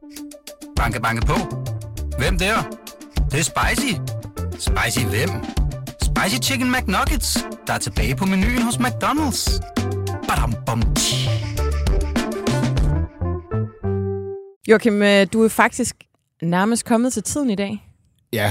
Banke, banke på. Hvem der? Det er spicy. Spicy hvem? Spicy Chicken McNuggets, der er tilbage på menuen hos McDonald's. Badum, bom, Joachim, du er faktisk nærmest kommet til tiden i dag. Ja.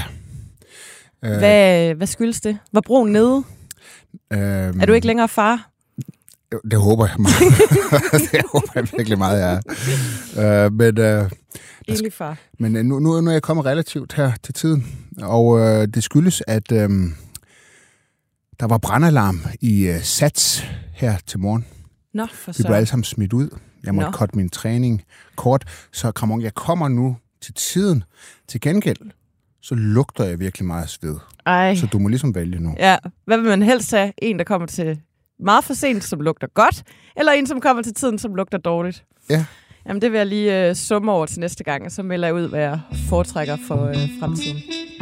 Hvad skyldes det? Var broen nede? Er du ikke længere far? Det håber jeg meget. Det håber jeg virkelig meget, jeg er. Egentlig far. Men nu er jeg kommet relativt her til tiden, og det skyldes, at der var brandalarm i Sats her til morgen. Nå, for så. Vi blev alle sammen smidt ud. Jeg måtte cutte min træning kort, så Kramon, jeg kommer nu til tiden. Til gengæld, så lugter jeg virkelig meget sved. Ej. Så du må ligesom vælge nu. Ja, hvad vil man helst have? En, der kommer til meget for sent, som lugter godt, eller en, som kommer til tiden, som lugter dårligt? Ja. Jamen, det vil jeg lige summe over til næste gang, og så melder jeg ud, hvad jeg foretrækker for fremtiden.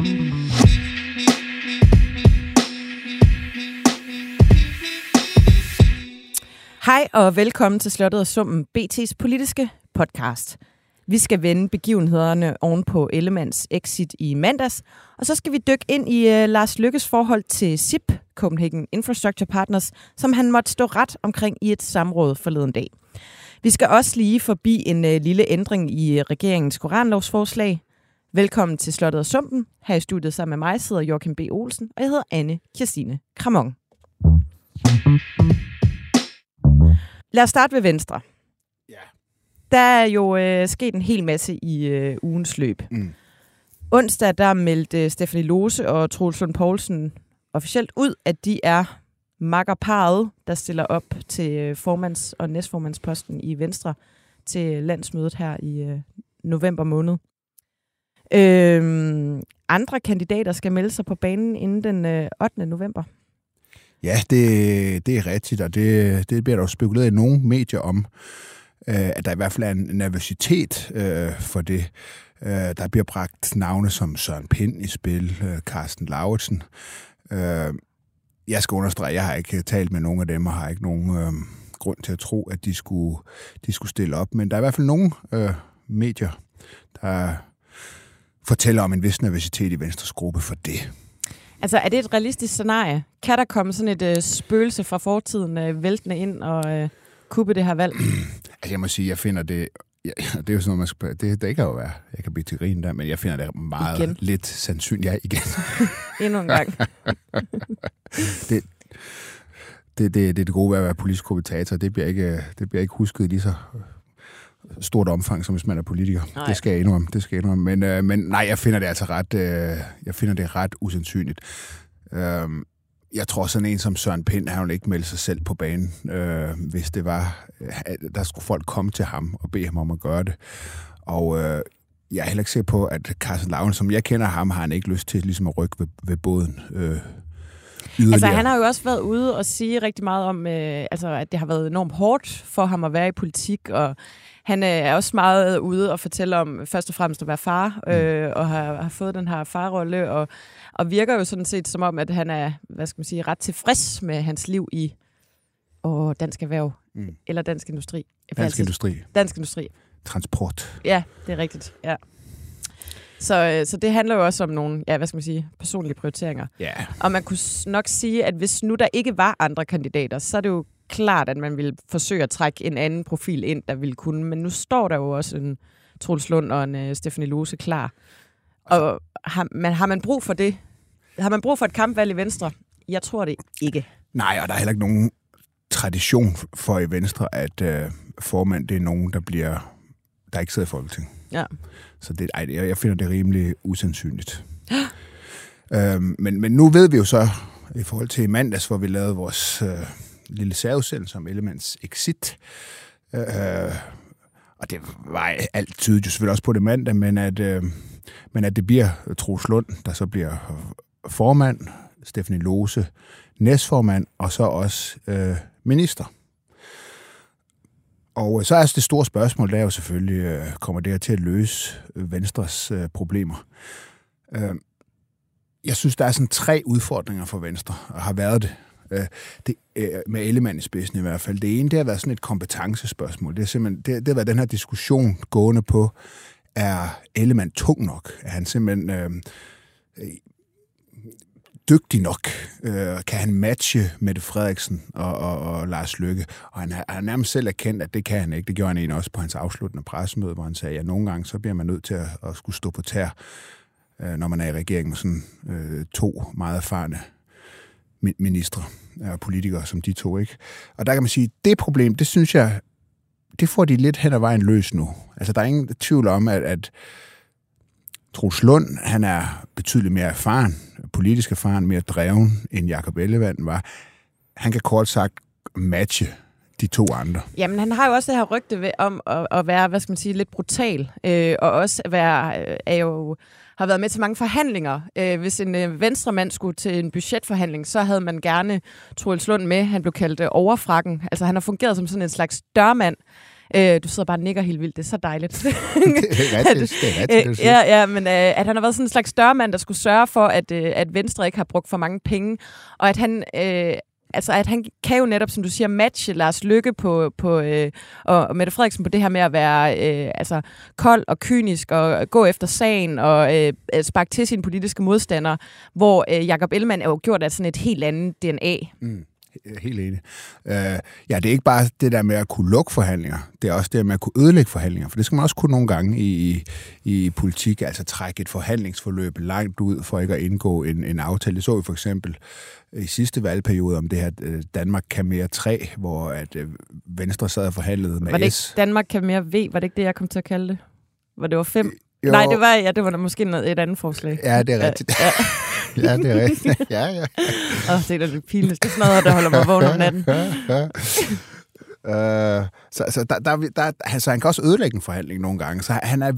Hej og velkommen til Slottet og Summen, BT's politiske podcast. Vi skal vende begivenhederne oven på Ellemanns exit i mandags, og så skal vi dykke ind i Lars Løkkes forhold til SIP, Copenhagen Infrastructure Partners, som han måtte stå ret omkring i et samråd forleden dag. Vi skal også lige forbi en lille ændring i regeringens koranlovsforslag. Velkommen til Slottet og Sumpen. Her i studiet sammen med mig sidder Joachim B. Olsen, og jeg hedder Anne Kirstine Kramon. Lad os starte ved Venstre. Ja. Der er jo sket en hel masse i ugens løb. Onsdag der meldte Stephanie Lose og Troels Lund Poulsen officielt ud, at de er makkerparret, der stiller op til formands- og næstformandsposten i Venstre til landsmødet her i november måned. Andre kandidater skal melde sig på banen inden den 8. november. Ja, det er rigtigt, og det bliver der jo spekuleret i nogle medier om, at der i hvert fald er en nervøsitet for det. Der bliver bragt navne som Søren Pind i spil, Carsten Lauritsen. Jeg skal understrege, at jeg har ikke talt med nogen af dem, og har ikke nogen grund til at tro, at de skulle stille op. Men der er i hvert fald nogle medier, der fortæller om en vis nervøsitet i Venstres gruppe for det. Altså, er det et realistisk scenarie? Kan der komme sådan et spøgelse fra fortiden væltende ind og kuppe det her valg? Altså, jeg må sige, jeg finder det... Ja, det er jo sådan noget, man skal... Det kan jo være. Jeg kan blive til grin der, men jeg finder det meget lidt sandsynligt. Ja, igen. Endnu en gang. Det er det gode ved at være politisk kommentator. Det bliver ikke husket i lige så stort omfang, som hvis man er politiker. Nej. Det skal jeg indrømme. Men nej, jeg finder det altså ret usandsynligt. Jeg tror sådan en som Søren Pind, han ville ikke melde sig selv på banen, hvis det var, der skulle folk komme til ham og bede ham om at gøre det. Og jeg er heller ikke sikker på, at Carsten Lauritsen, som jeg kender ham, har han ikke lyst til ligesom at rykke ved båden. Altså, han har jo også været ude og sige rigtig meget om, at det har været enormt hårdt for ham at være i politik, og han er også meget ude og fortælle om først og fremmest at være far, og har fået den her farrolle, og virker jo sådan set som om, at han er, ret tilfreds med hans liv i Dansk Erhverv, eller Dansk Industri. Dansk Industri. Transport. Ja, det er rigtigt, ja. Så det handler jo også om nogle, personlige prioriteringer. Yeah. Og man kunne nok sige, at hvis nu der ikke var andre kandidater, så er det jo klart, at man ville forsøge at trække en anden profil ind, der ville kunne. Men nu står der jo også en Troels Lund og en Stephanie Lose klar. Og har man brug for det? Har man brug for et kampvalg i Venstre? Jeg tror det ikke. Jeg og der er heller ikke nogen tradition for i Venstre, at formand det er nogen, der ikke sidder i Folketinget. Ja. Så jeg finder det rimelig usandsynligt. Men nu ved vi jo så, i forhold til i mandags, hvor vi lavede vores lille særudsendelse om Ellemanns exit, og det var alt tydeligt jo selvfølgelig også på det mandag, men at det bliver Troels Lund, der så bliver formand, Stephanie Lose næstformand, og så også minister. Og så er det store spørgsmål, der er jo selvfølgelig, kommer det her til at løse Venstres problemer? Jeg synes, der er sådan 3 udfordringer for Venstre, og har været det. Med Ellemann i spidsen i hvert fald. Det ene, det har været sådan et kompetencespørgsmål. Det har simpelthen, det har været den her diskussion gående på, er Ellemann tung nok? Er han simpelthen dygtig nok? Kan han matche Mette Frederiksen og Lars Løkke? Og han har nærmest selv erkendt, at det kan han ikke. Det gjorde han egentlig også på hans afsluttende pressemøde, hvor han sagde, at nogle gange så bliver man nødt til at skulle stå på tær, når man er i regering med sådan 2 meget erfarne ministre og politikere som de 2, ikke? Og der kan man sige, det problem, det synes jeg, det får de lidt hen ad vejen løs nu. Altså, der er ingen tvivl om, at Troels Lund, han er betydeligt mere erfaren, politisk erfaren, mere dreven, end Jakob Ellemann var. Han kan kort sagt matche de 2 andre. Jamen, han har jo også det her rygte om at være, hvad skal man sige, lidt brutal, og også har været med til mange forhandlinger. Hvis en venstremand skulle til en budgetforhandling, så havde man gerne Troels Lund med. Han blev kaldt overfrakken. Altså, han har fungeret som sådan en slags dørmand. Du sidder bare og nikker helt vildt. Det er så dejligt. Det er rigtigt. Ja, men at han har været sådan en slags dørmand, der skulle sørge for, at Venstre ikke har brugt for mange penge, og at han... at han kan jo netop, som du siger, matche Lars Løkke og Mette Frederiksen på det her med at være kold og kynisk og gå efter sagen og sparke til sine politiske modstandere, hvor Jakob Ellemann er jo gjort af sådan et helt andet DNA. Helt enig. Det er ikke bare det der med at kunne lukke forhandlinger, det er også det med at kunne ødelægge forhandlinger, for det skal man også kunne nogle gange i politik, altså trække et forhandlingsforløb langt ud for ikke at indgå en aftale. Det så vi for eksempel i sidste valgperiode om det her Danmark kan mere 3, hvor at Venstre sad og forhandlede med Var det ikke Danmark kan mere V? Var det ikke det, jeg kom til at kalde det? Hvor det var 5? Jo. Nej, det var da måske et andet forslag. Ja, det er rigtigt. Ja. Ja, det er rigtigt. Ja. Det er lidt pinligt. Det er sådan noget, der holder mig vågen om natten. Så han kan også ødelægge en forhandling nogle gange. Så han er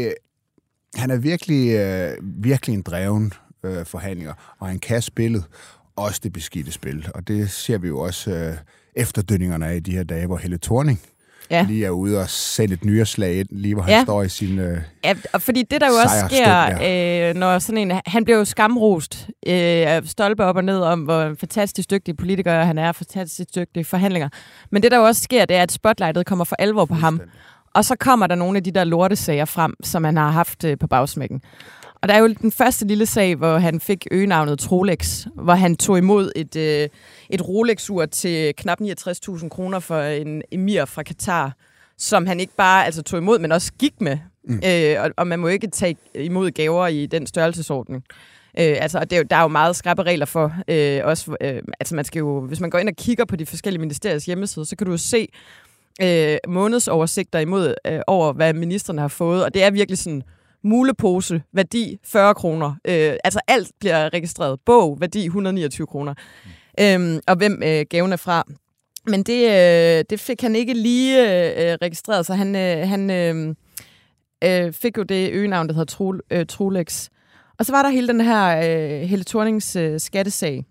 virkelig en dreven forhandlinger, og han kan spillet, også det beskidte spil. Og det ser vi jo også efterdønningerne af i de her dage, hvor Helle Thorning lige er ude og sende et nyreslag ind, lige hvor han står i sin Ja, og fordi det der jo også sker, når sådan en... Han bliver jo skamrost, stolpe op og ned om, hvor fantastisk dygtig politiker han er, fantastisk dygtige forhandlinger. Men det der jo også sker, det er, at spotlightet kommer for alvor på ham. Og så kommer der nogle af de der lortesager frem, som han har haft på bagsmækken. Og der er jo den første lille sag, hvor han fik øgenavnet Rolex, hvor han tog imod et Rolex-ur til knap 69.000 kroner for en emir fra Katar, som han ikke bare tog imod, men også gik med. Og man må ikke tage imod gaver i den størrelsesordning. Der er jo meget skrappe regler for også. Man skal jo, hvis man går ind og kigger på de forskellige ministeriers hjemmesider, så kan du jo se månedsoversigter imod over, hvad ministerne har fået. Og det er virkelig sådan mulepose, værdi 40 kroner. Alt bliver registreret. Bog, værdi 129 kroner. Og hvem gaven er fra. Men det fik han ikke lige registreret, så han fik jo det øgenavn, der hedder Trolex. Og så var der hele den her Helle Thornings skattesag.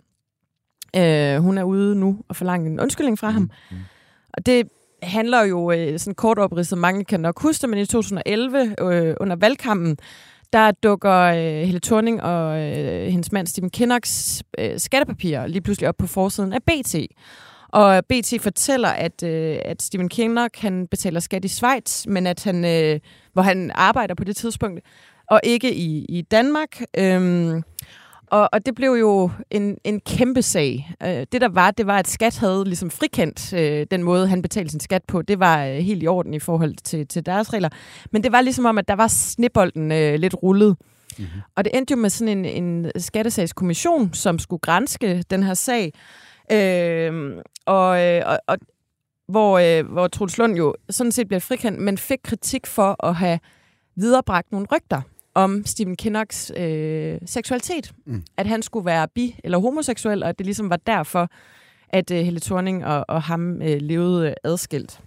Hun er ude nu og forlanger en undskyldning fra ham. Og det handler jo sådan kort opridset, mange kan nok huske det, men i 2011 under valgkampen, der dukker Helle Thorning og hendes mand Stephen Kinnocks skattepapirer lige pludselig op på forsiden af BT. Og BT fortæller, at Stephen Kinnock han betaler skat i Schweiz, men at han, hvor han arbejder på det tidspunkt, og ikke i Danmark. Og det blev jo en kæmpe sag. Det var, at skat havde ligesom frikendt den måde, han betalte sin skat på. Det var helt i orden i forhold til deres regler. Men det var ligesom om, at der var snebolden lidt rullet. Mm-hmm. Og det endte jo med sådan en skattesagskommission, som skulle granske den her sag. Hvor Troels Lund jo sådan set blev frikendt, men fik kritik for at have viderebragt nogle rygter om Stephen Kinnocks seksualitet. At han skulle være eller homoseksuel, og at det ligesom var derfor, at Helle Thorning og ham levede adskilt.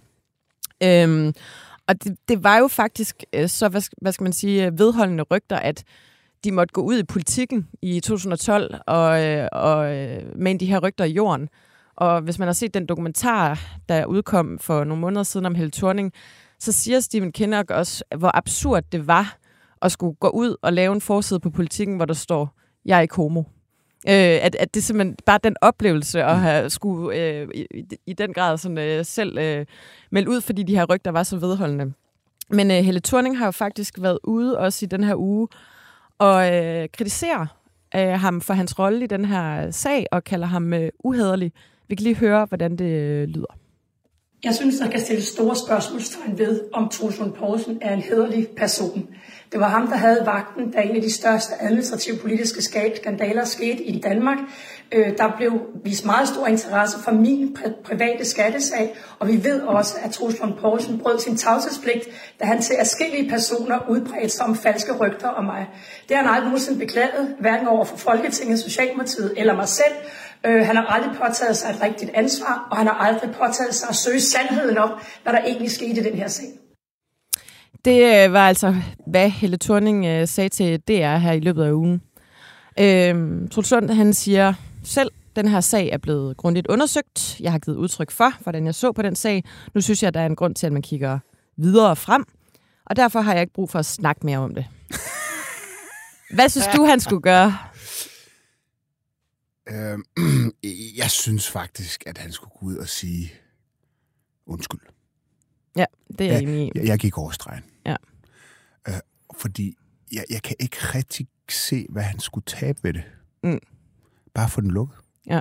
Og det var jo faktisk så, hvad skal man sige, vedholdende rygter, at de måtte gå ud i politikken i 2012 og med de her rygter i jorden. Og hvis man har set den dokumentar, der udkom for nogle måneder siden om Helle Thorning, så siger Stephen Kinnock også, hvor absurd det var at skulle gå ud og lave en forside på politikken, hvor der står, jeg er ikke homo. At det simpelthen bare den oplevelse at have skulle i den grad sådan, selv melde ud, fordi de her rygter var så vedholdende. Men Helle Thorning har jo faktisk været ude også i den her uge og kritiserer ham for hans rolle i den her sag og kalder ham uhæderlig. Vi kan lige høre, hvordan det lyder. Jeg synes, der kan stilles store spørgsmålstegn ved, om Troels Lund Poulsen er en hæderlig person. Det var ham, der havde vagten, da en af de største administrative politiske skandaler skete i Danmark. Der blev vist meget stor interesse for min private skattesag, og vi ved også, at Troels Lund Poulsen brød sin tavshedspligt, da han til adskillige personer udbredte sig om falske rygter om mig. Det har han aldrig nogensinde beklaget, hverken over for Folketinget, Socialdemokratiet eller mig selv. Han har aldrig påtaget sig et rigtigt ansvar, og han har aldrig påtaget sig at søge sandheden om, hvad der egentlig skete i den her sag. Det var altså, hvad Helle Thorning sagde til DR her i løbet af ugen. Troels Lund, han siger selv, den her sag er blevet grundigt undersøgt. Jeg har givet udtryk for, hvordan jeg så på den sag. Nu synes jeg, at der er en grund til, at man kigger videre frem, og derfor har jeg ikke brug for at snakke mere om det. Hvad synes du, han skulle gøre? Jeg synes faktisk, at han skulle gå ud og sige undskyld. Ja, det er jeg enig i. Jeg gik over stregen. Ja. Fordi jeg kan ikke rigtig se, hvad han skulle tabe ved det. Bare få den lukket. Ja.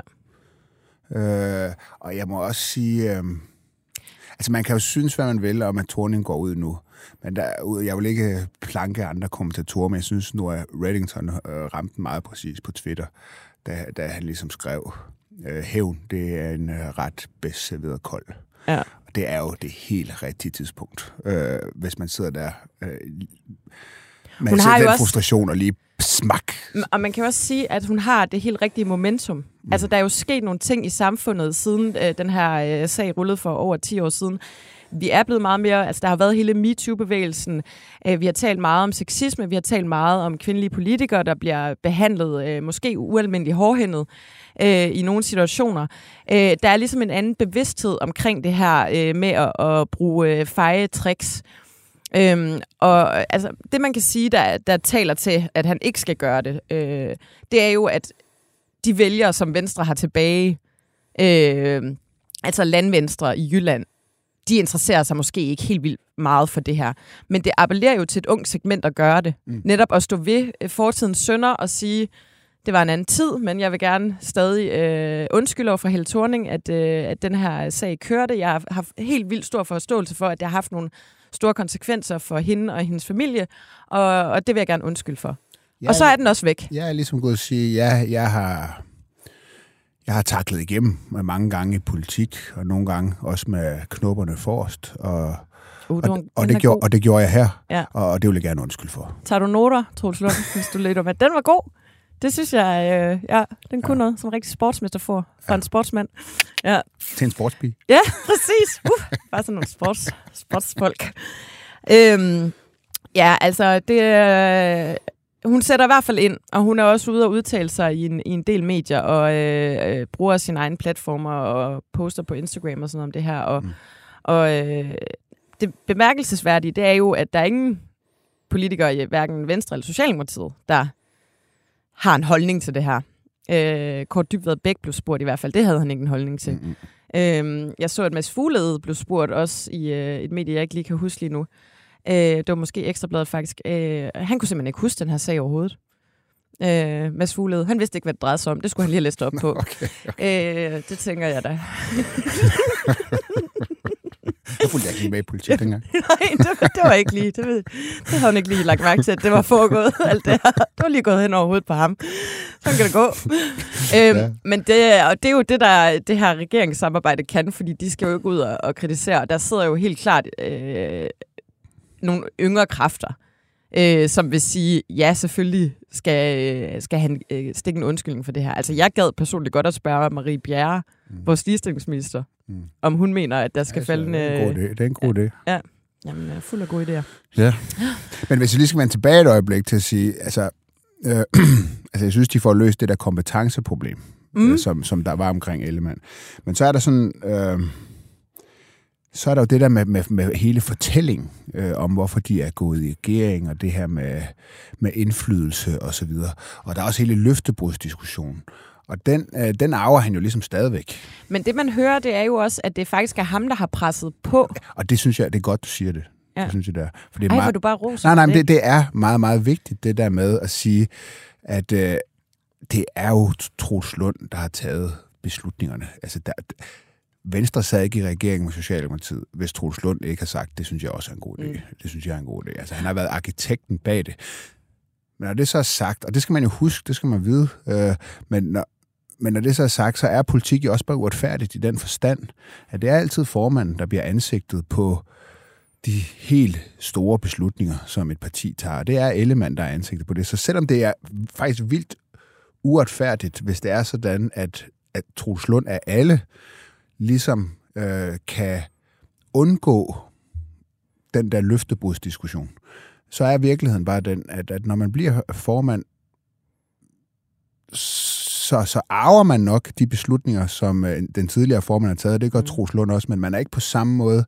Og jeg må også sige... altså, man kan jo synes, hvad man vil, om at Thorning går ud nu. Men jeg vil ikke planke andre kommentatorer, men jeg synes nu, at Reddington ramte meget præcis på Twitter, da han ligesom skrev, hævn, det er en ret bedst serveret kold. Ja. Og det er jo det helt rigtige tidspunkt, hvis man sidder der med den frustration og lige smak. Og man kan også sige, at hun har det helt rigtige momentum. Altså, der er jo sket nogle ting i samfundet, siden den her sag rullede for over 10 år siden. Vi er blevet meget mere, altså der har været hele MeToo-bevægelsen, vi har talt meget om sexisme, vi har talt meget om kvindelige politikere, der bliver behandlet måske ualmindeligt hårdhændet i nogle situationer. Der er ligesom en anden bevidsthed omkring det her med at bruge feje tricks. Og altså, det man kan sige, der taler til, at han ikke skal gøre det, det er jo, at de vælgere, som Venstre har tilbage, altså landvenstre i Jylland, de interesserer sig måske ikke helt vildt meget for det her. Men det appellerer jo til et ungt segment at gøre det. Netop at stå ved fortidens synder og sige, det var en anden tid, men jeg vil gerne stadig undskylde over for Helle Thorning, at den her sag kørte. Jeg har haft helt vildt stor forståelse for, at det har haft nogle store konsekvenser for hende og hendes familie, og det vil jeg gerne undskylde for. Og så er den også væk. Jeg er ligesom gået at sige, jeg har taklet igennem med mange gange i politik, og nogle gange også med knopperne forrest, og det gjorde jeg her, ja. Og det vil jeg gerne undskylde for. Tager du noter, Troels Lund, hvis du lytter med? Den var god. Det synes jeg, den kunne noget, som en rigtig sportsmetafor for en sportsmand. Ja. Til en sportspige. Ja, præcis. Bare sådan nogle sportsfolk. Ja, altså, hun sætter i hvert fald ind, og hun er også ude og udtale sig i en del medier, og bruger sine egne platformer og poster på Instagram og sådan noget om det her. Og det bemærkelsesværdige, det er jo, at der er ingen politikere i hverken Venstre eller Socialdemokratiet, der har en holdning til det her. Kort Dybvad Bæk blev spurgt i hvert fald. Det havde han ikke en holdning til. Jeg så, at Mads Fuglede blev spurgt også i et medie, jeg ikke lige kan huske lige nu. Det var måske Ekstrabladet faktisk. Han kunne simpelthen ikke huske den her sag overhovedet. Mads Fuglede, han vidste ikke, hvad det drejede sig om. Det skulle han lige have læst op på. Okay. Det tænker jeg da. Jeg fulgte ikke lige med i politik dengang. Nej, det var ikke lige. Det havde han ikke lige lagt mærke til, at det var foregået. Alt det her. Det var lige gået hen over hovedet på ham. Sådan kan det gå. Men det er jo det, der det her regeringssamarbejde kan, fordi de skal jo ikke ud og kritisere. Der sidder jo helt klart nogle yngre kræfter, som vil sige, ja, selvfølgelig skal han stikke en undskyldning for det her. Altså, jeg gad personligt godt at spørge Marie Bjerre, vores ligestillingsminister, om hun mener, at der skal falde en... Det er en god idé. Ja, jamen, fuld af gode idéer. Ja. Men hvis vi lige skal vende tilbage et øjeblik til at sige, altså, jeg synes, de får løst det der kompetenceproblem, som der var omkring Ellemann. Men så er der sådan... Så er der jo det der med hele fortællingen om, hvorfor de er gået i regering, og det her med indflydelse og så videre. Og der er også hele løftebrudsdiskussionen. Og den arver han jo ligesom stadigvæk. Men det, man hører, det er jo også, at det faktisk er ham, der har presset på. Og det synes jeg, det er godt, du siger det. Ja. Det synes jeg, det er. For det er meget... du bare roser. Nej, men det er meget, meget vigtigt, det der med at sige, at det er jo Troels Lund, der har taget beslutningerne. Altså, Venstre sad ikke i regeringen med Socialdemokratiet, hvis Troels Lund ikke har sagt, det synes jeg også er en god idé. Det synes jeg er en god idé. Altså, han har været arkitekten bag det. Men når det så er sagt, og det skal man jo huske, det skal man vide, men når det så er sagt, så er politik jo også bare uretfærdigt i den forstand, at det er altid formanden, der bliver ansigtet på de helt store beslutninger, som et parti tager. Det er Ellemann, der er ansigtet på det. Så selvom det er faktisk vildt uretfærdigt, hvis det er sådan, at Troels Lund af alle ligesom kan undgå den der løftebrudsdiskussion, så er virkeligheden bare den, at når man bliver formand, så arver man nok de beslutninger, som den tidligere formand har taget. Det gør Troels Lund også, men man er ikke på samme måde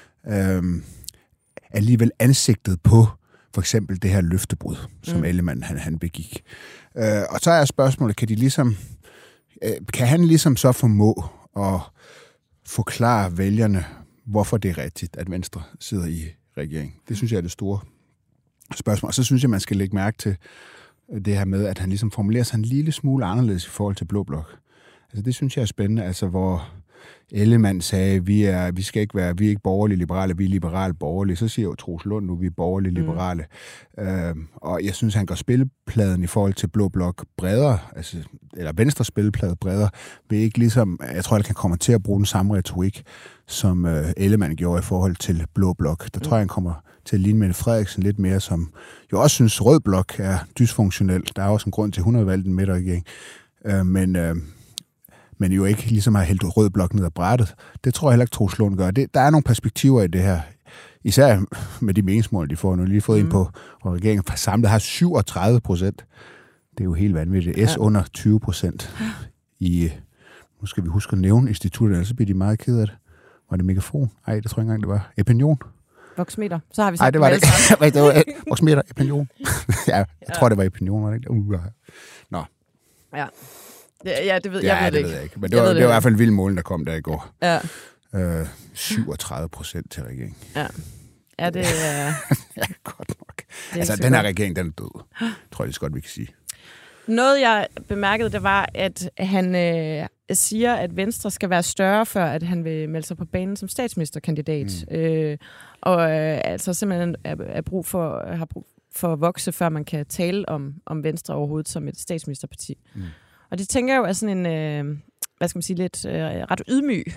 alligevel ansigtet på for eksempel det her løftebrud, som Ellemann han begik. Og så er spørgsmålet, kan han ligesom så formå at forklare vælgerne, hvorfor det er rigtigt, at Venstre sidder i regering? Det synes jeg er det store spørgsmål. Og så synes jeg, man skal lægge mærke til det her med, at han ligesom formulerer sig en lille smule anderledes i forhold til Blå Blok. Altså det synes jeg er spændende, altså hvor Ellemann sagde, vi er ikke borgerlige liberale, vi er liberale borgerlige. Så siger jo Troels Lund nu, vi er borgerlige liberale. Og jeg synes, han går spillepladen i forhold til Blå Blok bredere, altså, eller Venstre spilleplade bredere, ved ikke ligesom, jeg tror, at han kommer til at bruge den samme retorik, som Ellemann gjorde i forhold til Blå Blok. Der tror jeg, han kommer til at ligne Mette Frederiksen lidt mere, som jo også synes, Rød Blok er dysfunktionel. Der er også en grund til, at hun har valgt en midterregering. Men jo ikke ligesom har hældt Rød Blok ned ad brættet. Det tror jeg heller ikke, Troels Lund gør. Der er nogle perspektiver i det her. Især med de meningsmål, de får nu. Lige fået ind på, hvor regeringen samlet har 37%. Det er jo helt vanvittigt. S under 20% i, nu skal vi huske at nævne instituttet, ellers så bliver de meget ked af det. Var det Megafon? Nej, det tror jeg ikke engang, det var. Opinion? Voxmeter. Så har vi sagt nej, det var det ikke. Det var Voxmeter, Opinion. Ja, jeg tror, det var Opinion, var det ikke? Nå. Ja. Ja, det ved jeg ved jeg ikke. Men det var i hvert fald en vild mål, der kom der i går. Ja. 37% til regeringen. Ja, det er... ja, godt nok. Altså, den her regering, den er død. Tror jeg lige så godt, vi kan sige. Noget, jeg bemærkede, det var, at han siger, at Venstre skal være større, før at han vil melde sig på banen som statsministerkandidat. Altså simpelthen har brug for at vokse, før man kan tale om Venstre overhovedet som et statsministerparti. Og det tænker jeg jo er sådan en, hvad skal man sige, lidt ret ydmyg.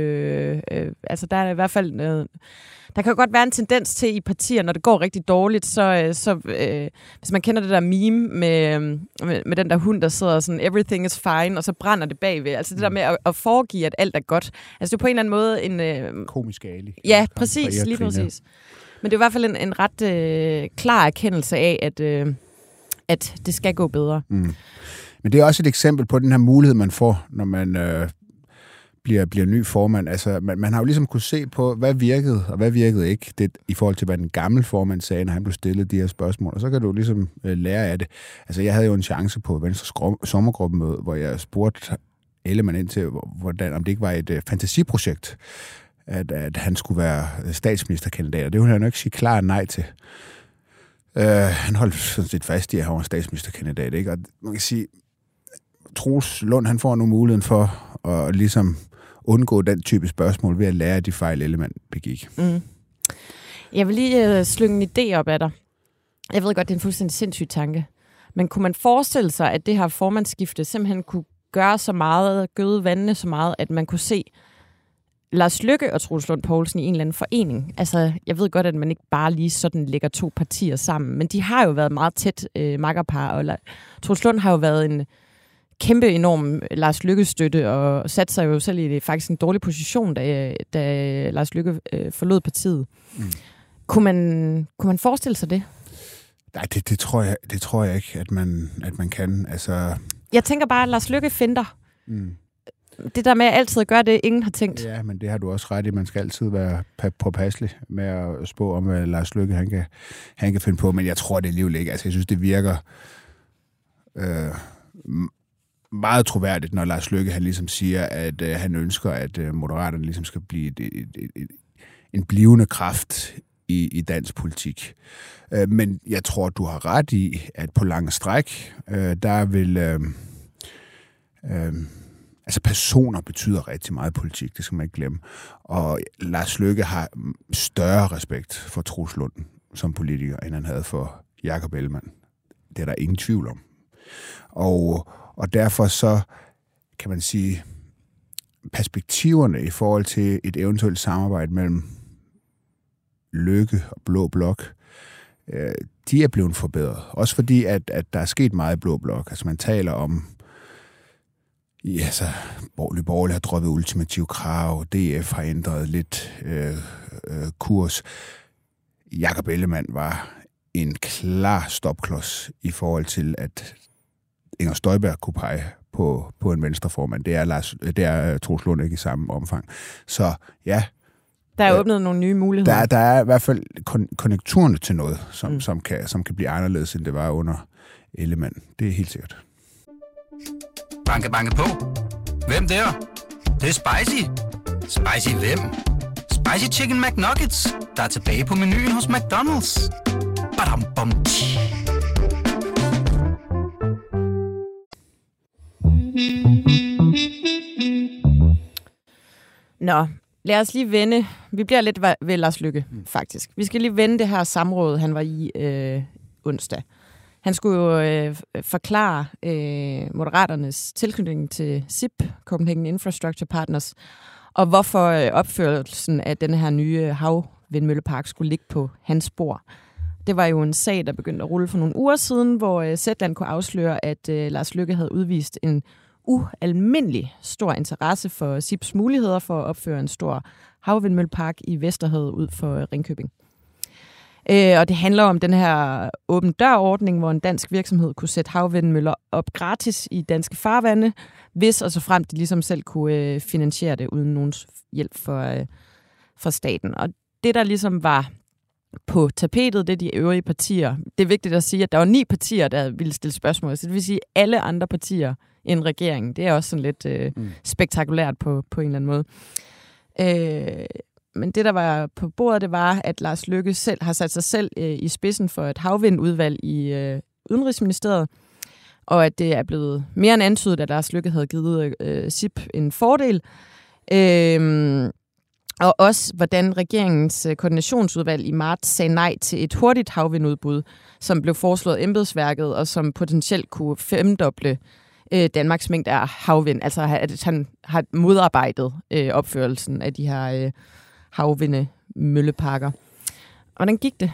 Altså der er i hvert fald noget... Der kan jo godt være en tendens til i partier, når det går rigtig dårligt, så hvis man kender det der meme med den der hund, der sidder sådan, everything is fine, og så brænder det bagved. Altså det der med at foregive, at alt er godt. Altså det er på en eller anden måde en... Komisk Ali. Ja, præcis, lige præcis. Men det er i hvert fald en ret klar erkendelse af, at det skal gå bedre. Men det er også et eksempel på den her mulighed, man får, når man bliver ny formand. Altså, man har jo ligesom kunne se på, hvad virkede, og hvad virkede ikke, det, i forhold til, hvad den gamle formand sagde, når han blev stillet de her spørgsmål. Og så kan du ligesom lære af det. Altså, jeg havde jo en chance på Venstres sommergruppemøde, hvor jeg spurgte Ellemann ind til, om det ikke var et fantasiprojekt, at han skulle være statsministerkandidat. Og det ville han jo ikke sige klart nej til. Han holdt sådan set fast i, at han var statsministerkandidat, ikke? Og man kan sige, Troels Lund, han får nu muligheden for at ligesom undgå den type spørgsmål ved at lære de fejl, Ellemann begik. Jeg vil lige slynge en idé op af dig. Jeg ved godt, det er en fuldstændig sindssyg tanke. Men kunne man forestille sig, at det her formandsskifte simpelthen kunne gøre så meget, gøde vandene så meget, at man kunne se Lars Løkke og Troels Lund Poulsen i en eller anden forening? Altså, jeg ved godt, at man ikke bare lige sådan lægger to partier sammen, men de har jo været meget tæt makkerpar, og Troels Lund har jo været en kæmpe enorm Lars Løkke-støtte, og satte sig jo selv i faktisk en dårlig position, da Lars Løkke forlod partiet. Kunne man forestille sig det? Nej, det tror jeg ikke, at man kan. Altså... Jeg tænker bare, at Lars Løkke finder. Det der med at altid gøre det, ingen har tænkt. Ja, men det har du også ret i. Man skal altid være påpasselig med at spå om, hvad Lars Løkke han kan finde på. Men jeg tror, det alligevel ikke. Altså, jeg synes, det virker meget troværdigt, når Lars Løkke han ligesom siger, at han ønsker, at Moderaterne ligesom skal blive en blivende kraft i dansk politik. Men jeg tror, du har ret i, at på lange stræk, der vil... altså personer betyder rigtig meget politik, det skal man ikke glemme. Og Lars Løkke har større respekt for Troels Lund som politiker, end han havde for Jakob Ellemann. Det er der ingen tvivl om. Og derfor så kan man sige, perspektiverne i forhold til et eventuelt samarbejde mellem Løkke og Blå Blok, de er blevet forbedret. Også fordi, at der er sket meget i Blå Blok. Altså man taler om, Borgerlige har droppet ultimative krav, DF har ændret lidt kurs. Jakob Ellemann var en klar stopklods i forhold til, at Inger Støjberg kunne pege på en venstreformand. Det er Troels Lund ikke i samme omfang. Så ja. Der er åbnet nogle nye muligheder. Der er i hvert fald konjunkturerne til noget, som kan blive anderledes, end det var under Ellemann. Det er helt sikkert. Banke, banke på. Hvem der? Det er spicy. Spicy hvem? Spicy Chicken McNuggets, der er tilbage på menuen hos McDonald's. Badum, bom, Nå, lad os lige vende. Vi bliver lidt ved Lars Løkke, faktisk. Vi skal lige vende det her samråd, han var i onsdag. Han skulle jo forklare Moderaternes tilknytning til SIP, Copenhagen Infrastructure Partners, og hvorfor opførelsen af den her nye havvindmøllepark skulle ligge på hans bord. Det var jo en sag, der begyndte at rulle for nogle uger siden, hvor Zetland kunne afsløre, at Lars Løkke havde udvist en ualmindelig stor interesse for SIPs muligheder for at opføre en stor havvindmøllepark i Vesterhavet ud for Ringkøbing. Og det handler om den her åben dør-ordning, hvor en dansk virksomhed kunne sætte havvindmøller op gratis i danske farvande, hvis og så frem de ligesom selv kunne finansiere det uden nogens hjælp fra staten. Og det, der ligesom var på tapetet, det er de øvrige partier. Det er vigtigt at sige, at der var 9 partier, der ville stille spørgsmål. Så det vil sige, at alle andre partier end regeringen. Det er også sådan lidt spektakulært på en eller anden måde. Men det, der var på bordet, det var, at Lars Løkke selv har sat sig selv i spidsen for et havvindudvalg i Udenrigsministeriet, og at det er blevet mere end antydet, at Lars Løkke havde givet SIP en fordel. Og også, hvordan regeringens koordinationsudvalg i marts sagde nej til et hurtigt havvindudbud, som blev foreslået embedsværket, og som potentielt kunne femdoble Danmarks mængde af havvind. Altså, at han har modarbejdet opførelsen af de her havvindmølleparker. Hvordan gik det?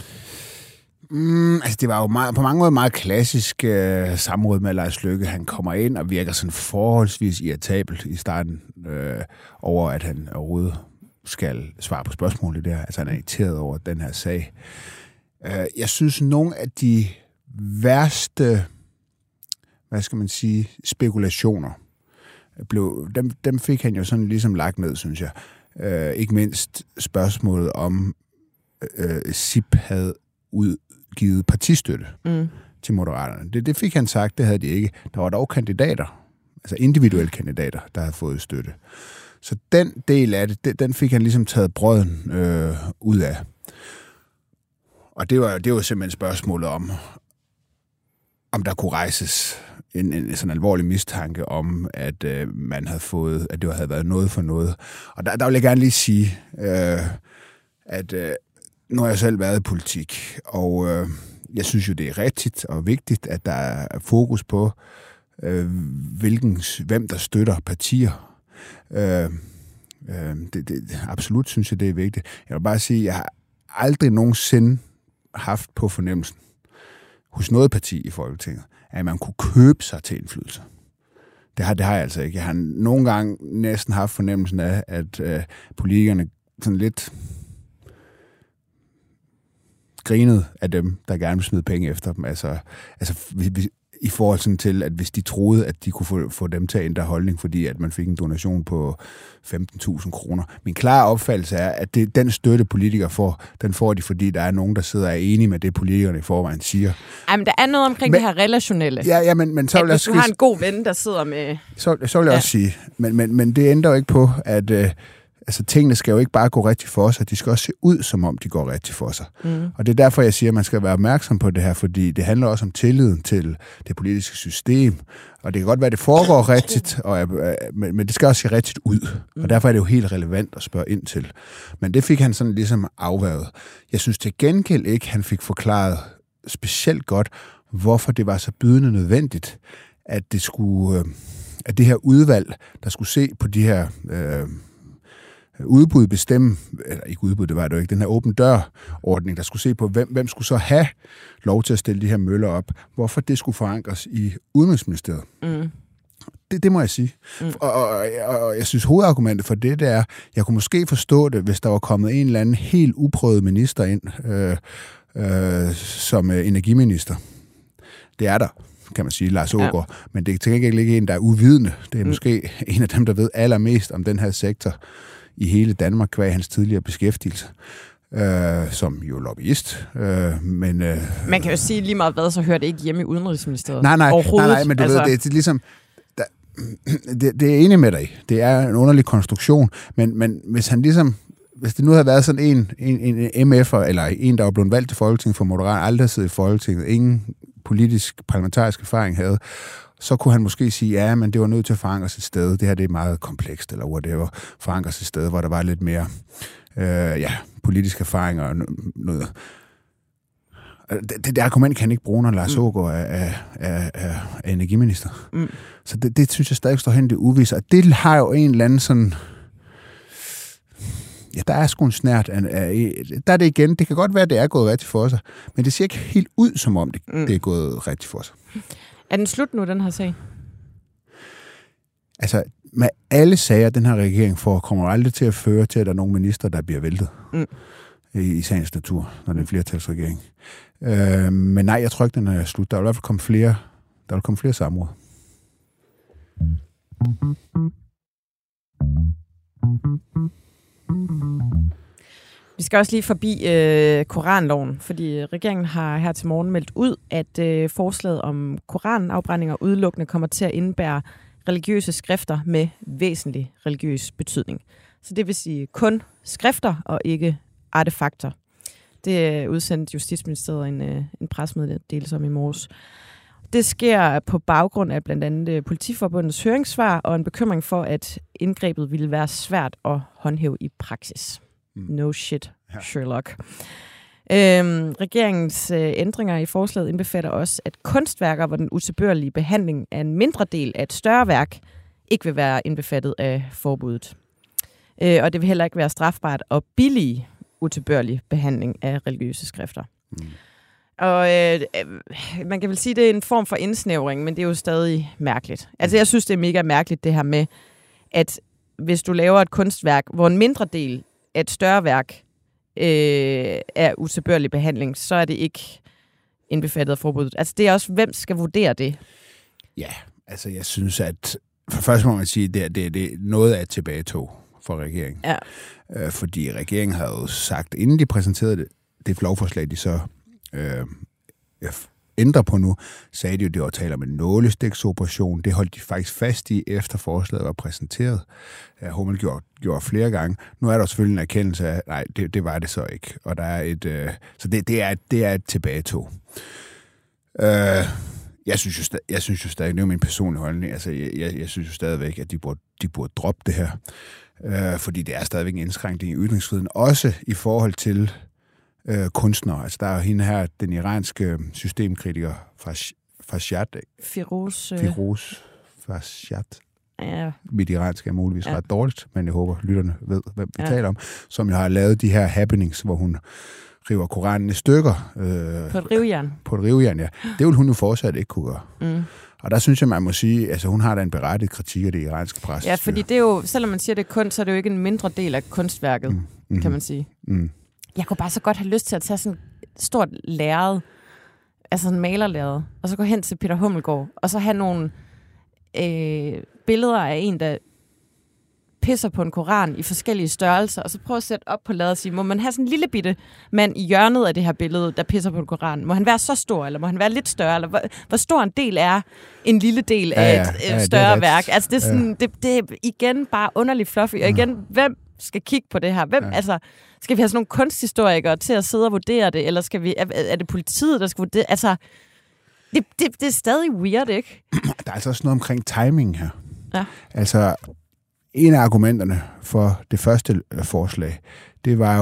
Altså det var jo på mange måder meget klassisk samråd med Lars Løkke. Han kommer ind og virker sådan forholdsvis irritabel i starten over, at han overhovedet skal svare på spørgsmålet der. Altså han er irriteret over den her sag. Jeg synes, nogle af de værste, hvad skal man sige, spekulationer, dem fik han jo sådan ligesom lagt ned, synes jeg. Ikke mindst spørgsmålet om SIP havde udgivet partistøtte til Moderaterne. Det fik han sagt, det havde de ikke. Der var dog kandidater, altså individuelle kandidater, der havde fået støtte. Så den del af det, den fik han ligesom taget brøden ud af. Og det var simpelthen spørgsmålet om der kunne rejses en sådan alvorlig mistanke om, at man havde fået, at det havde været noget for noget. Og der vil jeg gerne lige sige, at nu har jeg selv været i politik, og jeg synes jo, det er rigtigt og vigtigt, at der er fokus på, hvem der støtter partier. Absolut synes jeg, det er vigtigt. Jeg vil bare sige, at jeg har aldrig nogensinde haft på fornemmelsen hos noget parti i Folketinget, at man kunne købe sig til indflydelse. Det har jeg altså ikke. Jeg har nogle gange næsten haft fornemmelsen af, at politikerne sådan lidt grinede af dem, der gerne vil smide penge efter dem. Altså i forhold sådan til, at hvis de troede, at de kunne få dem til at ændre holdning, fordi at man fik en donation på 15.000 kroner. Min klare opfattelse er, at den støtte, politikere får, den får de, fordi der er nogen, der sidder og er enige med det, politikerne i forvejen siger. Jamen, der er noget omkring det her relationelle. Ja, men så vil hvis du har en god ven, der sidder med... Så vil jeg også sige. Men det ændrer jo ikke på, Altså, tingene skal jo ikke bare gå rigtigt for sig, de skal også se ud, som om de går rigtigt for sig. Og det er derfor, jeg siger, at man skal være opmærksom på det her, fordi det handler også om tilliden til det politiske system, og det kan godt være, at det foregår rigtigt, men det skal også se rigtigt ud, og derfor er det jo helt relevant at spørge ind til. Men det fik han sådan ligesom afværget. Jeg synes til gengæld ikke, han fik forklaret specielt godt, hvorfor det var så bydende nødvendigt, at at det her udvalg, der skulle se på de her udbud bestemme, eller ikke udbud, det var det jo ikke, den her åben dør-ordning, der skulle se på, hvem skulle så have lov til at stille de her møller op, hvorfor det skulle forankres i Udenrigsministeriet. Det må jeg sige. Og jeg synes, hovedargumentet for det er, jeg kunne måske forstå det, hvis der var kommet en eller anden helt uprøvet minister ind som energiminister. Det er der, kan man sige, Lars Aagaard. Ja. Men det er til gengæld ikke en, der er uvidende. Det er måske en af dem, der ved allermest om den her sektor i hele Danmark, kvad hans tidligere beskæftigelse, som jo lobbyist. Men man kan jo sige lige meget hvad, så hører det ikke hjemme i Udenrigsministeriet. Nej, men du ved, det er ligesom... Det er enig med dig. Det er en underlig konstruktion, men hvis han ligesom... Hvis det nu havde været sådan en MF'er, eller en, der var blevet valgt til Folketinget for Moderat, aldrig siddet i Folketinget, ingen parlamentarisk erfaring havde, så kunne han måske sige, ja, men det var nødt til at forankres et sted. Det her det er meget komplekst, eller whatever. Forankres et sted, hvor der var lidt mere politisk erfaring og noget. Det argument kan han ikke bruge, når Lars Aagaard er energiminister. Så det synes jeg stadig står hen det uvist. Og det har jo en eller anden sådan... Ja, der er sgu en snært. Der er det igen. Det kan godt være, at det er gået rigtigt for sig. Men det ser ikke helt ud, som om det er gået rigtigt for sig. Er den slut nu, den her sag? Altså, med alle sager, den her regering får, kommer aldrig til at føre til, at der er nogle minister, der bliver væltet i sagens natur, når det er en flertalsregering. Men nej, jeg tror ikke, den er slut. Der vil i hvert fald komme flere samråd. Vi skal også lige forbi koranloven, fordi regeringen har her til morgen meldt ud, at forslaget om koranafbrændinger udelukkende kommer til at indebære religiøse skrifter med væsentlig religiøs betydning. Så det vil sige kun skrifter og ikke artefakter. Det udsendte Justitsministeriet en pressemeddelelse om i morges. Det sker på baggrund af blandt andet Politiforbundets høringssvar og en bekymring for, at indgrebet ville være svært at håndhæve i praksis. No shit, Sherlock. Regeringens ændringer i forslaget indbefatter også, at kunstværker, hvor den utilbørlige behandling er en mindre del af et større værk, ikke vil være indbefattet af forbuddet. Og det vil heller ikke være strafbart at billige utilbørlig behandling af religiøse skrifter. Og man kan vel sige, at det er en form for indsnævring, men det er jo stadig mærkeligt. Altså jeg synes, det er mega mærkeligt det her med, at hvis du laver et kunstværk, hvor en mindre del af et større værk er utilbørlig behandling, så er det ikke indbefattet af forbuddet. Altså det er også, hvem skal vurdere det? Ja, altså jeg synes, at for først må man sige, at det er noget af et tilbagetog for regeringen. Ja. Fordi regeringen havde jo sagt, inden de præsenterede det lovforslag, de så ændrer på nu, sagde de jo, det var tale om en nålestiksoperation. Det holdt de faktisk fast i, efter forslaget var præsenteret. Hummel gjorde flere gange. Nu er der selvfølgelig en erkendelse af, nej, det var det så ikke. Og der er så det er et tilbagetog. Jeg synes jo stadig, det er min personlige holdning, altså jeg synes jo stadigvæk, at de burde droppe det her. Fordi det er stadigvæk en indskrænkning i ytringsfriheden, også i forhold til kunstnere. Altså der er hende her, den iranske systemkritiker Farshad. Firoz Farshad. Ja. Mit iranske er muligvis ret dårligt, men jeg håber, lytterne ved, hvem vi taler om. Som jo har lavet de her happenings, hvor hun river Koranen i stykker. På et rivjern. På et rivjern, ja. Det vil hun jo fortsat ikke kunne gøre. Og der synes jeg, man må sige, altså hun har da en berettiget kritik af det iranske pres. Ja, fordi det er jo, selvom man siger, det er kunst, så er det jo ikke en mindre del af kunstværket, kan man sige. Jeg kunne bare så godt have lyst til at tage sådan et stort lærred, altså en malerlærred, og så gå hen til Peter Hummelgaard, og så have nogle billeder af en, der pisser på en koran i forskellige størrelser, og så prøve at sætte op på lærredet og sige, må man have sådan en lille bitte mand i hjørnet af det her billede, der pisser på en koran? Må han være så stor, eller må han være lidt større? Eller hvor stor en del er en lille del af et større værk? Altså det er sådan, det er igen bare underligt fluffy, og igen, skal kigge på det her? Altså, skal vi have sådan nogle kunsthistorikere til at sidde og vurdere det, eller er det politiet, der skal vurdere? Altså, det er stadig weird, ikke? Der er altså også noget omkring timing her. Ja. Altså, en af argumenterne for det første forslag, det var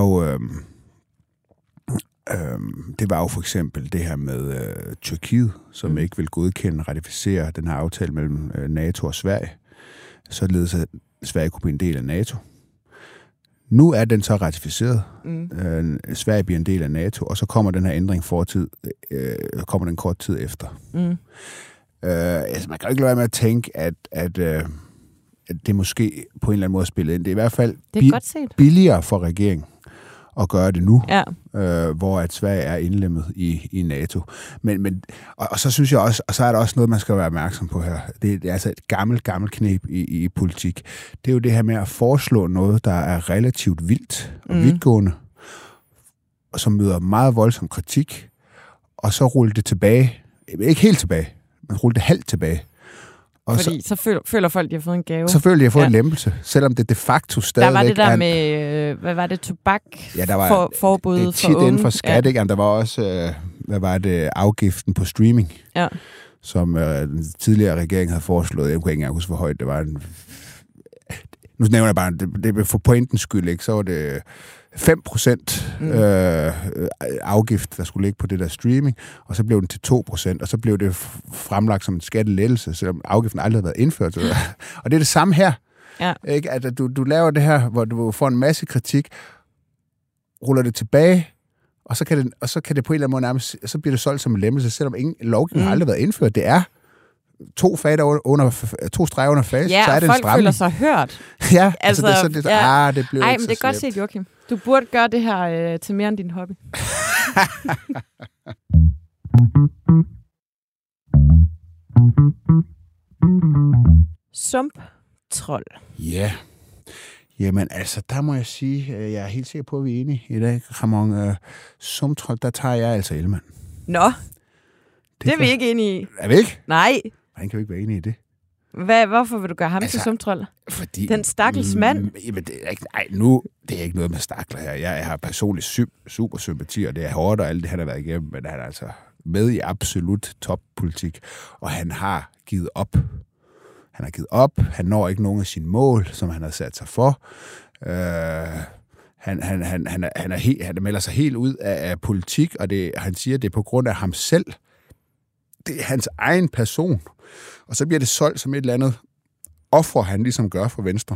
jo for eksempel det her med Tyrkiet, som ikke vil godkende, ratificere den her aftale mellem NATO og Sverige, således at Sverige kunne blive en del af NATO. Nu er den så ratificeret. Sverige bliver en del af NATO, og så kommer den her ændring kommer den kort tid efter. Altså, man kan jo ikke lade være med at tænke, at det måske på en eller anden måde spillet ind. Det er i hvert fald billigere for regeringen at gøre det nu, hvor at Sverige er indlemmet i NATO. Og så synes jeg også, og så er der også noget, man skal være opmærksom på her. Det er altså et gammelt kneb i politik. Det er jo det her med at foreslå noget, der er relativt vildt og vidtgående, og som møder meget voldsom kritik, og så rulle det tilbage. Ikke helt tilbage, men rulle det halvt tilbage. Og fordi så føler folk, de har fået en gave. Så føler de, at de har fået en lempelse, selvom det de facto stadigvæk... Der var det der med, hvad var det, tobak? Ja, der var forbud det tit inden for skat, ikke? Der var også, afgiften på streaming, som den tidligere regering havde foreslået. Jeg kunne ikke engang huske, hvor højt det var. Nu nævner jeg bare, det for pointens skyld, ikke? Så var det 5% afgift, der skulle ligge på det der streaming, og så blev den til 2%, og så blev det fremlagt som en skattelettelse, selvom afgiften aldrig havde været indført. Og det er det samme her. Ja. Ikke? At du laver det her, hvor du får en masse kritik, ruller det tilbage, og så kan det på en eller anden måde nærmest, så bliver det solgt som en lempelse, selvom ingen lovgivning har aldrig været indført. Det er 2 streger under fase, så er det en stramning. Ja, folk føler sig hørt. Ja, altså det blev men det er godt set, Joachim. Du burde gøre det her til mere end din hobby. Sumptrold. Ja. Jamen altså, der må jeg sige, jeg er helt sikker på, at vi er enige i dag. Ramon, sumptrold, der tager jeg altså Ellemann. Nå, det er vi ikke enige i. Er vi ikke? Nej. Han kan jo ikke være enig i det. Hvorfor vil du gøre ham til sumptrold? Fordi... Den stakkels mand. Jamen, det er ikke noget med stakler her. Jeg har personligt super sympati, og det er hårdt og alt det, han har været igennem, men han er altså med i absolut toppolitik, og han har givet op. Han når ikke nogen af sine mål, som han har sat sig for. Han melder sig helt ud af politik, og han siger, det er på grund af ham selv. Det er hans egen person. Og så bliver det solgt som et eller andet offer, han ligesom gør for Venstre.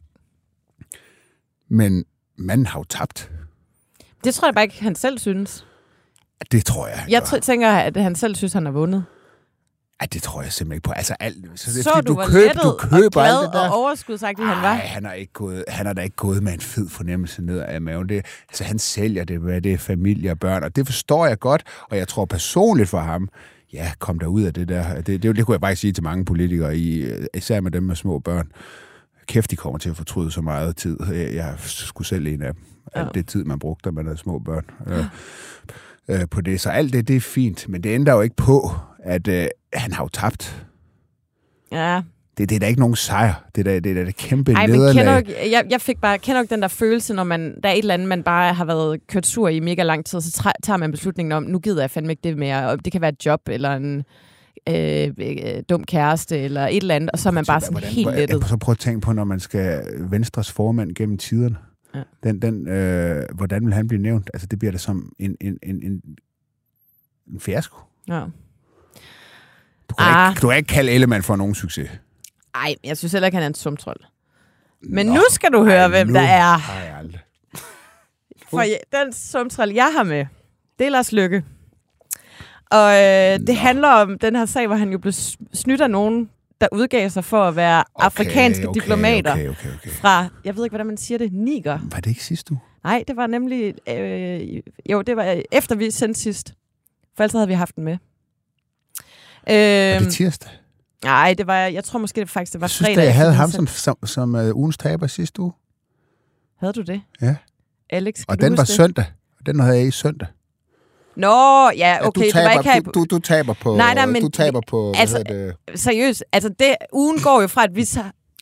Men manden har jo tabt. Det tror jeg bare ikke, han selv synes. Det tror jeg. Jeg tænker, at han selv synes, han har vundet. Ej, det tror jeg simpelthen ikke på. Altså, så du var lettet og glad og overskudsagtig, han var? Nej, han har da ikke gået med en fed fornemmelse ned af maven. Han sælger det med det familie og børn, og det forstår jeg godt, og jeg tror personligt for ham, ja, kom der ud af det der. Det kunne jeg bare sige til mange politikere, især med dem med små børn. Kæft, de kommer til at fortryde så meget tid. Jeg skulle selv en af dem. Alt det tid, man brugte, da man havde små børn. På det. Så alt det er fint, men det ændrer jo ikke på, at han har jo tabt. Ja. Det er da ikke nogen sejr. Det er da et kæmpe nederlag. Jeg kender ikke den der følelse, når der er et eller andet, man bare har været kørt sur i mega lang tid, så tager man beslutningen om, nu gider jeg fandme ikke det mere. Og det kan være et job, eller en dum kæreste, eller et eller andet, og så er man bare sådan helt lettet. Så prøv at tænke på, når man skal Venstres formand gennem tiderne. Ja. Hvordan vil han blive nævnt? Altså, det bliver da som en fiasko. Ja. Du kan ikke kalde Ellemann for nogen succes. Nej, jeg synes heller ikke, han er en sumptrold. Men nu skal du høre, hvem der er. Nej, aldrig. For den sumptrold, jeg har med, det er Lars Løkke. Og det handler om den her sag, hvor han jo blev snydt af nogen, der udgav sig for at være afrikanske diplomater fra, jeg ved ikke, hvordan man siger det, Niger. Var det ikke sidst du? Nej, det var nemlig, det var efter vi sendte sidst. For ellers havde vi haft den med. Var det tirsdag? Nej, det var, jeg tror måske det var fredag. Jeg synes, jeg havde ham som ugens taber sidste uge. Havde du det? Ja. Alex, og den var søndag. Den havde jeg i søndag. Nå, ja, okay. Du taber på... Nej, men... Du taber på... Altså, seriøst. Altså, ugen går jo fra, at vi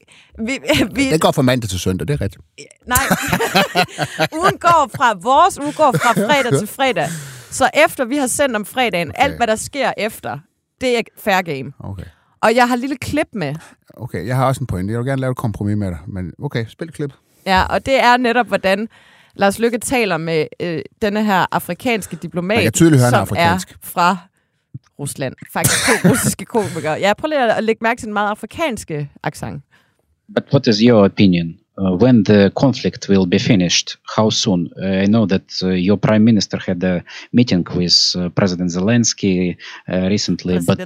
Det går fra mandag til søndag, det er rigtigt. Nej. Vores uge går fra fredag til fredag. Så efter vi har sendt om fredagen, alt hvad der sker efter, det er fair game. Okay. Og jeg har et lille klip med. Okay, jeg har også en pointe. Jeg vil gerne lave et kompromis med dig, men okay, spil et klip. Ja, og det er netop, hvordan Lars Løkke taler med denne her afrikanske diplomat, som er fra Rusland. Faktisk 2 russiske komikere. Jeg prøver lige at lægge mærke til den meget afrikanske accent. But what is your opinion? When the conflict will be finished, how soon? I know that your prime minister had a meeting with President Zelensky recently. But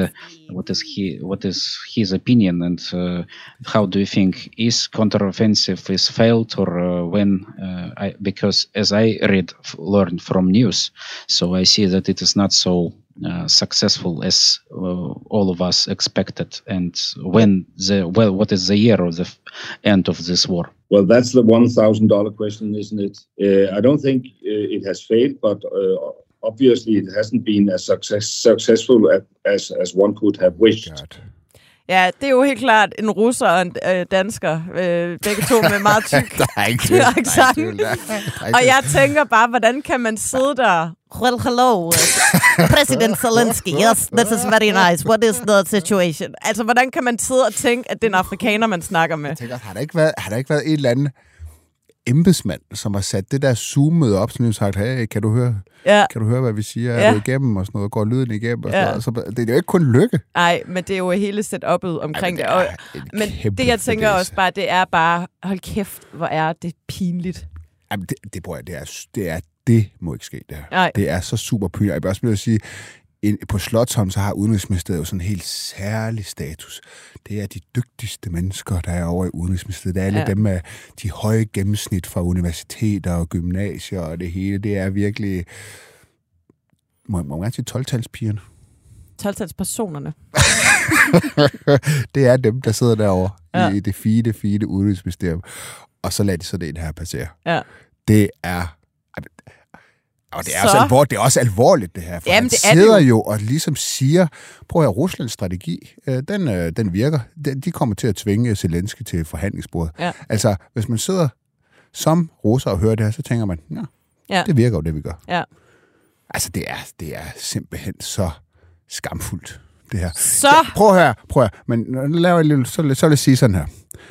what is his opinion, and how do you think is counteroffensive is failed, or when? Because as I learned from news, so I see that it is not so successful as all of us expected. And what is the year of the end of this war? Well, that's the $1,000 question, isn't it? I don't think it has failed, but obviously it hasn't been as successful as one could have wished. God. Ja, det er jo helt klart en russer og en dansker, begge to med meget tyk accent. Og jeg tænker bare, hvordan kan man sidde der? Hello, President Zelensky, yes, this is very nice. What is the situation? Altså, hvordan kan man sidde og tænke, at det er en afrikaner, man snakker med? Jeg tænker, har der ikke været en eller anden embedsmand, som har sat det der Zoom-møde op, som har sagt, hey, kan du høre, hvad vi siger? Er du igennem og sådan noget? Går lyden igennem? Og sådan noget? Så det er jo ikke kun Lykke. Nej, men det er jo hele setup'et omkring det. Men det, jeg tænker også bare, det er bare, hold kæft, hvor er det pinligt. Jamen, det må ikke ske, det her. Nej. Det er så super pinligt. Jeg vil også sige, på Slotsholm, så har Udenrigsministeriet jo sådan en helt særlig status. Det er de dygtigste mennesker, der er over i Udenrigsministeriet. Det er alle dem med de høje gennemsnit fra universiteter og gymnasier og det hele. Det er virkelig... Må man gerne sige 12-talspigerne? 12-talspersonerne. Det er dem, der sidder derovre i det fine Udenrigsministerium. Og så lader de så det her passere. Ja. Det er... Og det er også alvorligt, det her. For han sidder jo og ligesom siger, prøv at høre, Ruslands strategi, den virker. De kommer til at tvinge Zelensky til forhandlingsbordet. Ja. Altså, hvis man sidder som russer og hører det her, så tænker man, det virker jo det, vi gør. Ja. Altså, det er simpelthen så skamfuldt, det her. Så! Ja, prøv at høre. Men så vil jeg sige sådan her.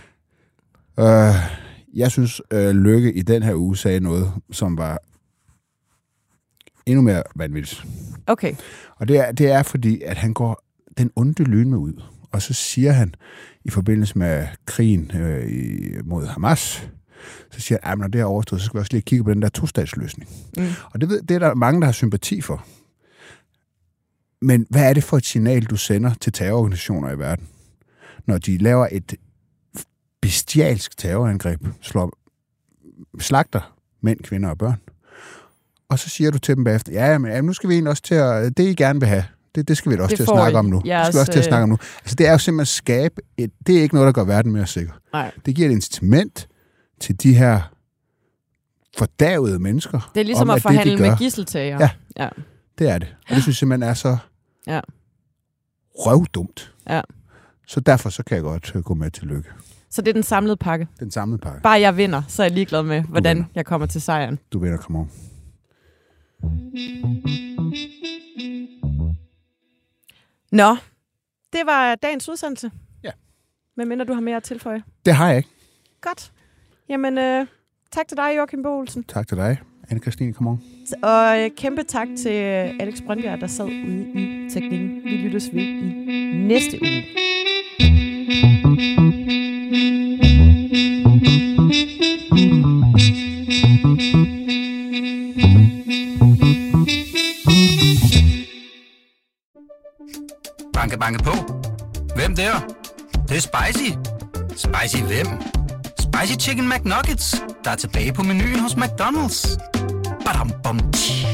Jeg synes, Løkke i den her uge sagde noget, som var endnu mere vanvittigt. Okay. Og det er fordi, at han går den onde lyne ud. Og så siger han, i forbindelse med krigen mod Hamas, så siger han, at når det er overstået, så skal vi også lige kigge på den der tostatsløsning. Og det er der mange, der har sympati for. Men hvad er det for et signal, du sender til terrororganisationer i verden? Når de laver et bestialsk terrorangreb, slagter mænd, kvinder og børn. Og så siger du til dem bagefter, men nu skal vi egentlig også til at... Det, I gerne vil have, det skal vi da også til at snakke om nu. Det skal vi også til at snakke om nu. Altså, det er jo simpelthen at skabe... Det er ikke noget, der gør verden mere sikker. Nej. Det giver et incitament til de her fordavede mennesker. Det er ligesom at forhandle med gidseltager. Ja, det er det. Og det synes jeg simpelthen er så røvdumt. Ja. Så derfor så kan jeg godt gå med til Lykke. Så det er den samlede pakke? Den samlede pakke. Bare jeg vinder, så er jeg ligeglad med, hvordan jeg kommer til sejren. Du vinder, come on. Nå, det var dagens udsendelse. Ja. Men mindre du har mere at tilføje? Det har jeg ikke. Godt. Jamen, tak til dig, Joachim B. Olsen. Tak til dig, Anne-Kristine, come on. Og kæmpe tak til Alex Brøndbjerg, der sad ude i teknikken. Vi lyttes ved i næste uge. Banke, banke på. Hvem der? Det er spicy. Spicy hvem? Spicy Chicken McNuggets, der er tilbage på menuen hos McDonald's. Badum, bom, tji.